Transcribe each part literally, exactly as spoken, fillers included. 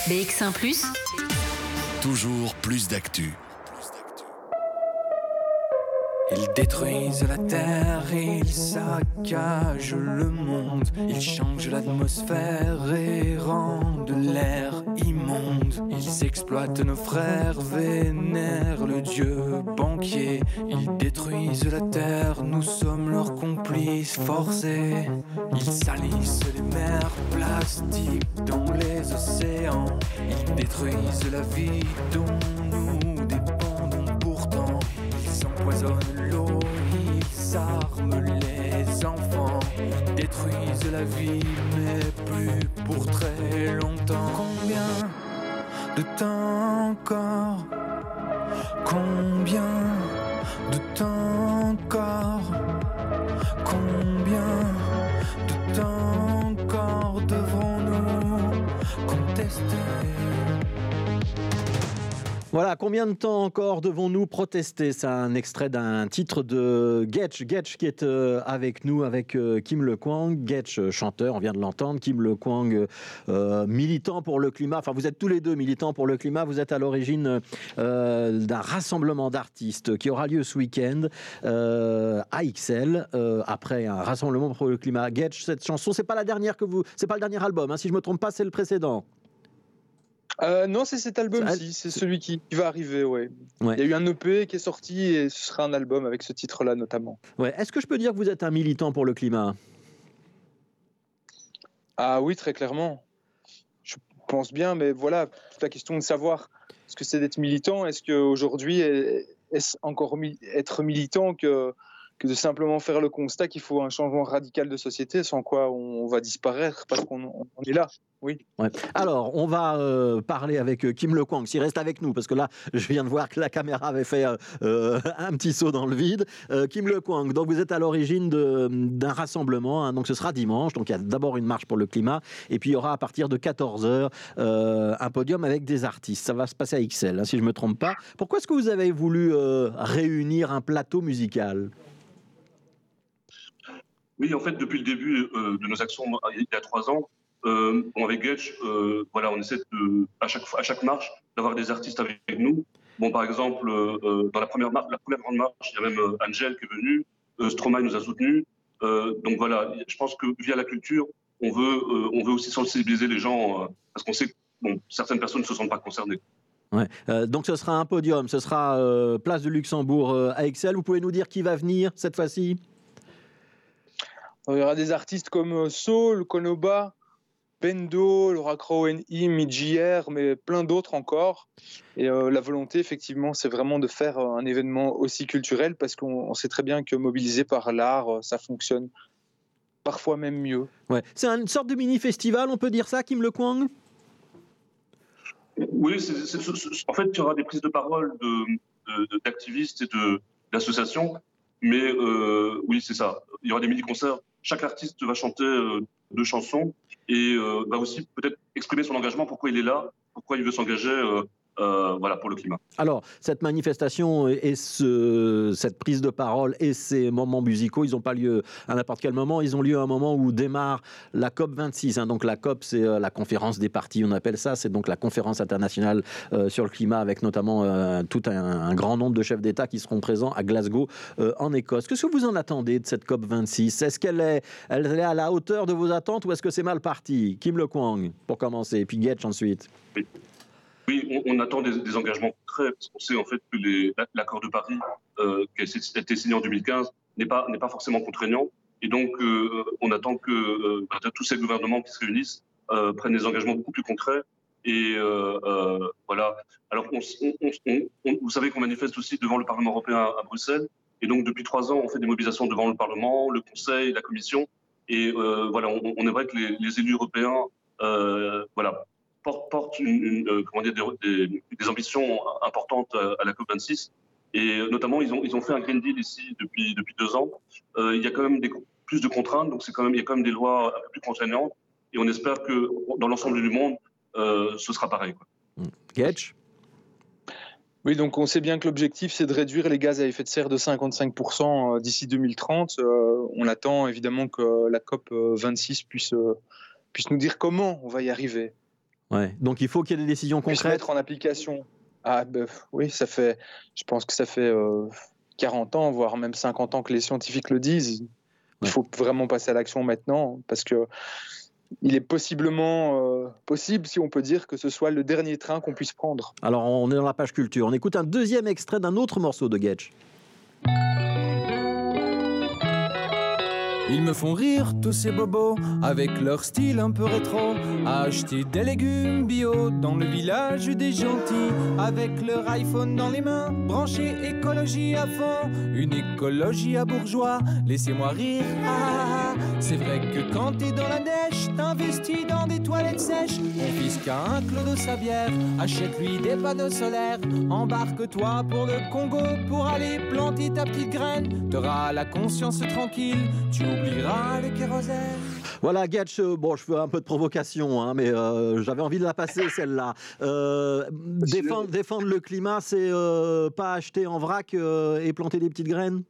B X un plus, toujours plus d'actu. Ils détruisent la terre, ils saccagent le monde, ils changent l'atmosphère et rendent l'air immonde. Ils exploitent nos frères, vénèrent le dieu banquier. Ils détruisent la terre, nous sommes leurs complices forcés. Ils salissent les mers, plastiques dans les océans. Ils détruisent la vie dont nous dépendons pourtant. Ils empoisonnent l'eau, ils arment les enfants. Ils détruisent la vie, mais plus pour très longtemps. Combien de temps encore? Combien de temps encore? Combien de temps encore devrons-nous contester? Voilà, combien de temps encore devons-nous protester? C'est un extrait d'un titre de Getch. Getch qui est euh, avec nous, avec euh, Kim Le Quang. Getch, euh, chanteur, on vient de l'entendre. Kim Le Quang, euh, militant pour le climat. Enfin, vous êtes tous les deux militants pour le climat. Vous êtes à l'origine euh, d'un rassemblement d'artistes qui aura lieu ce week-end euh, à X L, euh, après un rassemblement pour le climat. Getch, cette chanson, c'est pas la dernière que vous... C'est pas le dernier album, hein, si je me trompe pas, c'est le précédent. Euh, non, c'est cet album-ci, c'est celui qui, qui va arriver, ouais. ouais. Il y a eu un E P qui est sorti et ce sera un album avec ce titre-là notamment. Ouais. Est-ce que je peux dire que vous êtes un militant pour le climat? Ah oui, très clairement. Je pense bien, mais voilà, toute la question de savoir ce que c'est d'être militant. Est-ce qu'aujourd'hui, est-ce encore mi- être militant que, que de simplement faire le constat qu'il faut un changement radical de société, sans quoi on va disparaître parce qu'on on est là? Oui. Ouais. Alors, on va euh, parler avec euh, Kim Le Quang, s'il reste avec nous, parce que là, je viens de voir que la caméra avait fait euh, un petit saut dans le vide. Euh, Kim Le Quang, donc vous êtes à l'origine de, d'un rassemblement, hein, donc ce sera dimanche, donc il y a d'abord une marche pour le climat, et puis il y aura à partir de quatorze heures euh, un podium avec des artistes. Ça va se passer à X L, hein, si je ne me trompe pas. Pourquoi est-ce que vous avez voulu euh, réunir un plateau musical ? Oui, en fait, depuis le début euh, de nos actions, il y a trois ans, Euh, avec Getch, euh, voilà, on essaie de, à chaque à chaque marche d'avoir des artistes avec nous. Bon, par exemple, euh, dans la première marche, la première grande marche, il y a même euh, Angel qui est venu, euh, Stromae nous a soutenus. Euh, donc voilà, je pense que via la culture, on veut euh, on veut aussi sensibiliser les gens euh, parce qu'on sait que bon, certaines personnes ne se sentent pas concernées. Ouais. Euh, donc ce sera un podium, ce sera euh, place de Luxembourg euh, à X L. Vous pouvez nous dire qui va venir cette fois-ci? Il y aura des artistes comme Soul, Konoba, Bendo, Laura Crow and Him, J R, mais plein d'autres encore. Et euh, la volonté, effectivement, c'est vraiment de faire un événement aussi culturel parce qu'on on sait très bien que mobilisé par l'art, ça fonctionne parfois même mieux. Ouais. C'est une sorte de mini-festival, on peut dire ça, Kim Le Quang? Oui, c'est, c'est, c'est, en fait, il y aura des prises de parole de, de, d'activistes et de, d'associations, mais euh, oui, c'est ça. Il y aura des mini-concerts. Chaque artiste va chanter euh, deux chansons et euh, va aussi peut-être exprimer son engagement, pourquoi il est là, pourquoi il veut s'engager euh, euh, voilà, pour le climat. Alors, cette manifestation et ce, cette prise de parole et ces moments musicaux, ils n'ont pas lieu à n'importe quel moment. Ils ont lieu à un moment où démarre la COP vingt-six. Hein. Donc la COP, c'est euh, la conférence des partis, on appelle ça. C'est donc la conférence internationale euh, sur le climat avec notamment euh, tout un, un grand nombre de chefs d'État qui seront présents à Glasgow, euh, en Écosse. Qu'est-ce que vous en attendez de cette COP vingt-six? Est-ce qu'elle est, elle est à la hauteur de vos attentes ou est-ce que c'est mal parti? Kim Le Quang, pour commencer, et puis Getch ensuite. Oui. Oui, on, on attend des, des engagements concrets, parce qu'on sait en fait que les, l'accord de Paris, euh, qui a été signé en deux mille quinze, n'est pas, n'est pas forcément contraignant. Et donc, euh, on attend que euh, bah, tous ces gouvernements qui se réunissent euh, prennent des engagements beaucoup plus concrets. Et euh, euh, voilà. Alors, on, on, on, on, vous savez qu'on manifeste aussi devant le Parlement européen à Bruxelles. Et donc, depuis trois ans, on fait des mobilisations devant le Parlement, le Conseil, la Commission. Et euh, voilà, on, on aimerait que les, les élus européens, euh, voilà, portent porte une, une, euh, comment dire, des, des, des ambitions importantes à la COP vingt-six. Et notamment, ils ont, ils ont fait un Green Deal ici depuis, depuis deux ans. Euh, il y a quand même des, plus de contraintes, donc c'est quand même, il y a quand même des lois un peu plus contraignantes. Et on espère que dans l'ensemble du monde, euh, ce sera pareil, quoi. Getch ? Oui, donc on sait bien que l'objectif, c'est de réduire les gaz à effet de serre de cinquante-cinq pour cent d'ici deux mille trente. Euh, on attend évidemment que la COP vingt-six puisse, euh, puisse nous dire comment on va y arriver. Ouais. Donc il faut qu'il y ait des décisions puisse concrètes. mettre en application. Ah, ben, oui, ça fait, je pense que ça fait euh, quarante ans, voire même cinquante ans que les scientifiques le disent. Il Ouais. faut vraiment passer à l'action maintenant, parce que il est possiblement euh, possible, si on peut dire, que ce soit le dernier train qu'on puisse prendre. Alors on est dans la page culture. On écoute un deuxième extrait d'un autre morceau de Getch. Ils me font rire tous ces bobos avec leur style un peu rétro, à acheter des légumes bio dans le village des gentils, avec leur iPhone dans les mains, branché écologie à fond, une écologie à bourgeois, laissez-moi rire. Ah, c'est vrai que quand t'es dans la neige, t'investis dans des toilettes sèches. Mon fils qui a un clodo sa bière, achète-lui des panneaux solaires, embarque-toi pour le Congo pour aller planter ta petite graine, t'auras la conscience tranquille, tu oublieras le kérosène. Voilà, Getch, euh, bon, je fais un peu de provocation, hein, mais euh, j'avais envie de la passer, celle-là. Euh, défendre, défendre le climat, c'est euh, pas acheter en vrac euh, et planter des petites graines?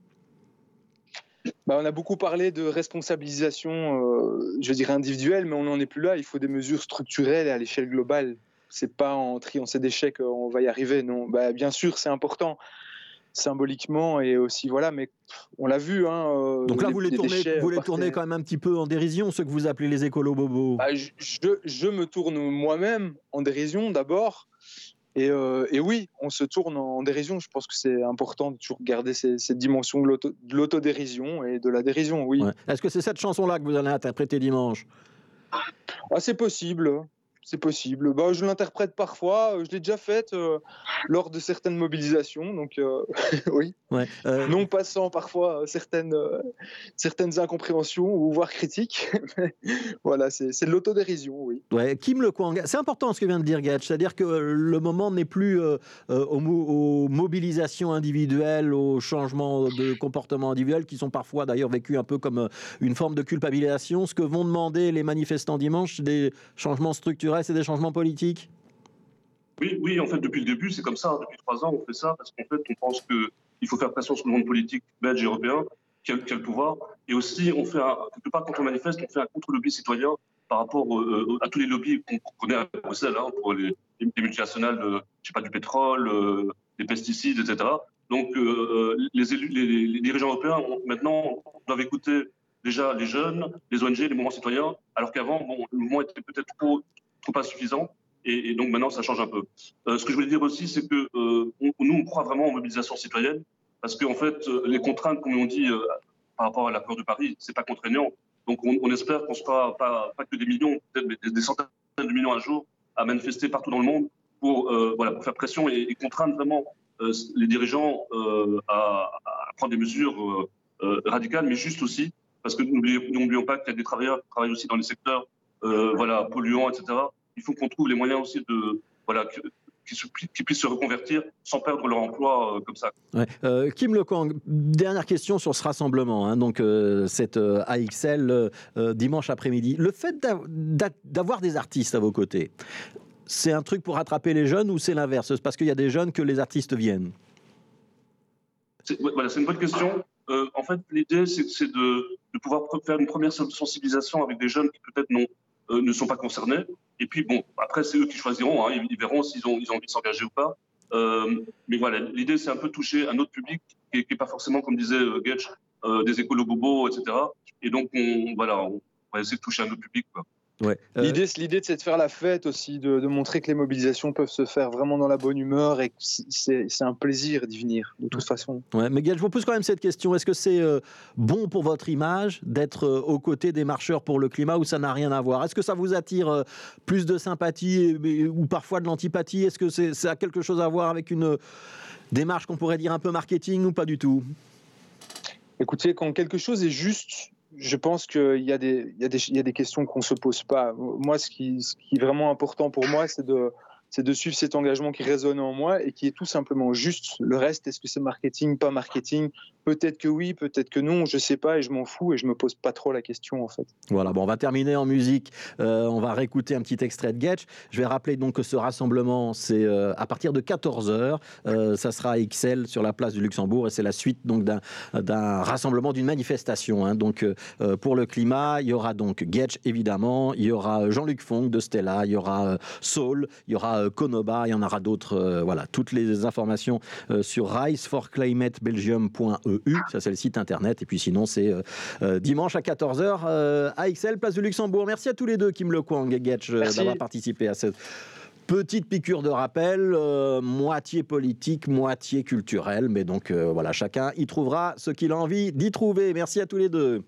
Bah, on a beaucoup parlé de responsabilisation, euh, je dirais individuelle, mais on n'en est plus là. Il faut des mesures structurelles et à l'échelle globale. C'est pas en triant ses déchets qu'on va y arriver. Non, bah, bien sûr, c'est important symboliquement et aussi voilà, mais on l'a vu. Hein, euh, Donc là, les, vous les, les tournez, déchets vous les partaient. tournez quand même un petit peu en dérision, ceux que vous appelez les écolos-bobos. Bah, je, je, je me tourne moi-même en dérision d'abord. Et, euh, et oui, on se tourne en dérision. Je pense que c'est important de toujours garder ces, cette dimension de, l'auto, de l'autodérision et de la dérision, oui. Ouais. Est-ce que c'est cette chanson-là que vous allez interpréter dimanche? Ah, c'est possible. C'est possible. Bah, je l'interprète parfois. Je l'ai déjà faite euh, lors de certaines mobilisations. Donc, euh, oui. Ouais. Euh... Non passant parfois certaines, euh, certaines incompréhensions ou voire critiques. Voilà, c'est, c'est de l'autodérision, oui. Ouais. Kim Le Kwang, c'est important ce que vient de dire Getch, c'est-à-dire que le moment n'est plus euh, aux, mo- aux mobilisations individuelles, aux changements de comportement individuel qui sont parfois d'ailleurs vécus un peu comme une forme de culpabilisation. Ce que vont demander les manifestants dimanche, c'est des changements structurels, c'est des changements politiques? Oui, oui, en fait, depuis le début, c'est comme ça. Depuis trois ans, on fait ça parce qu'en fait, on pense qu'il faut faire pression sur le monde politique belge et européen, qui a, qui a le pouvoir. Et aussi, on fait un, quelque part, quand on manifeste, on fait un contre-lobby citoyen par rapport euh, à tous les lobbies qu'on connaît à Bruxelles, hein, pour les, les multinationales, euh, je sais pas, du pétrole, euh, des pesticides, et cetera. Donc, euh, les, élus, les, les dirigeants européens, ont, maintenant, doivent écouter déjà les jeunes, les O N G, les mouvements citoyens, alors qu'avant, bon, le mouvement était peut-être trop, trop insuffisant. Et, et donc maintenant, ça change un peu. Euh, ce que je voulais dire aussi, c'est que euh, on, nous, on croit vraiment en mobilisation citoyenne, parce qu'en fait, les contraintes, comme on dit, euh, par rapport à l'accord de Paris, c'est pas contraignant. Donc on, on espère qu'on sera pas, pas que des millions, peut-être des, des centaines de millions un jour, à manifester partout dans le monde pour, euh, voilà, pour faire pression et, et contraindre vraiment euh, les dirigeants euh, à, à prendre des mesures euh, euh, radicales, mais justes aussi, parce que n'oublions pas qu'il y a des travailleurs qui travaillent aussi dans les secteurs euh, voilà, polluants, et cetera. Il faut qu'on trouve les moyens aussi de, voilà, qu'ils puissent se reconvertir sans perdre leur emploi euh, comme ça. Ouais. Euh, Kim Le Kwang, dernière question sur ce rassemblement, hein, donc euh, cette euh, A X L euh, dimanche après-midi. Le fait d'avoir des artistes à vos côtés, c'est un truc pour rattraper les jeunes ou c'est l'inverse? C'est parce qu'il y a des jeunes que les artistes viennent? C'est, voilà, c'est une bonne question. Euh, en fait, l'idée, c'est, c'est de, de pouvoir faire une première sensibilisation avec des jeunes qui peut-être n'ont Euh, ne sont pas concernés. Et puis, bon, après, c'est eux qui choisiront. Hein, ils, ils verront s'ils ont, ils ont envie de s'engager ou pas. Euh, mais voilà, l'idée, c'est un peu toucher un autre public qui n'est pas forcément, comme disait euh, Getch, euh, des écolos-bobos, et cetera. Et donc, on, voilà, on va essayer de toucher un autre public, quoi. Ouais. Euh... L'idée, c'est, l'idée, c'est de faire la fête aussi, de, de montrer que les mobilisations peuvent se faire vraiment dans la bonne humeur et que c'est, c'est un plaisir d'y venir, de toute façon. Ouais, mais Getch, je vous pose quand même cette question. Est-ce que c'est euh, bon pour votre image d'être euh, aux côtés des marcheurs pour le climat ou ça n'a rien à voir? Est-ce que ça vous attire euh, plus de sympathie et, et, ou parfois de l'antipathie? Est-ce que c'est, ça a quelque chose à voir avec une euh, démarche qu'on pourrait dire un peu marketing ou pas du tout? Écoutez, quand quelque chose est juste, je pense qu'il y a des, il y a des, il y a des questions qu'on ne se pose pas. Moi, ce qui, ce qui est vraiment important pour moi, c'est de, c'est de suivre cet engagement qui résonne en moi et qui est tout simplement juste. Le reste, est-ce que c'est marketing, pas marketing? Peut-être que oui, peut-être que non, je sais pas et je m'en fous et je me pose pas trop la question en fait. Voilà, bon, on va terminer en musique. Euh, on va réécouter un petit extrait de Getch. Je vais rappeler donc que ce rassemblement, c'est euh, à partir de quatorze heures. Euh, ça sera à X L sur la place du Luxembourg et c'est la suite donc d'un, d'un rassemblement, d'une manifestation. Hein. Donc euh, pour le climat, il y aura donc Getch évidemment, il y aura Jean-Luc Fong de Stella, il y aura euh, Soul, il y aura euh, Konoba, il y en aura d'autres. Euh, voilà, toutes les informations euh, sur rise for climate belgium point e u, ça c'est le site internet. Et puis sinon c'est euh, euh, dimanche à quatorze heures euh, à X L, place du Luxembourg. Merci à tous les deux, Kim Le Quang et Getch, euh, d'avoir participé à cette petite piqûre de rappel, euh, moitié politique, moitié culturelle. Mais donc euh, voilà, chacun y trouvera ce qu'il a envie d'y trouver. Merci à tous les deux.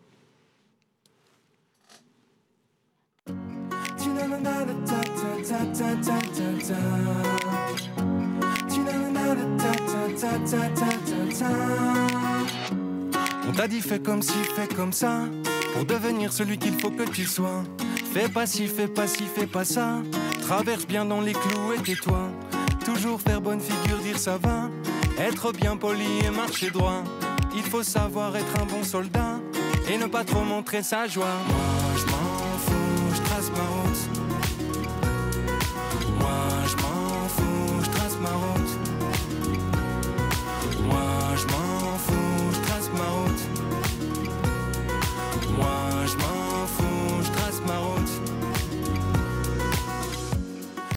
On t'a dit fais comme ci, fais comme ça, pour devenir celui qu'il faut que tu sois. Fais pas ci, fais pas ci, fais pas ça, traverse bien dans les clous et tais-toi. Toujours faire bonne figure, dire ça va, être bien poli et marcher droit. Il faut savoir être un bon soldat et ne pas trop montrer sa joie. Moi je m'en fous, je trace ma route.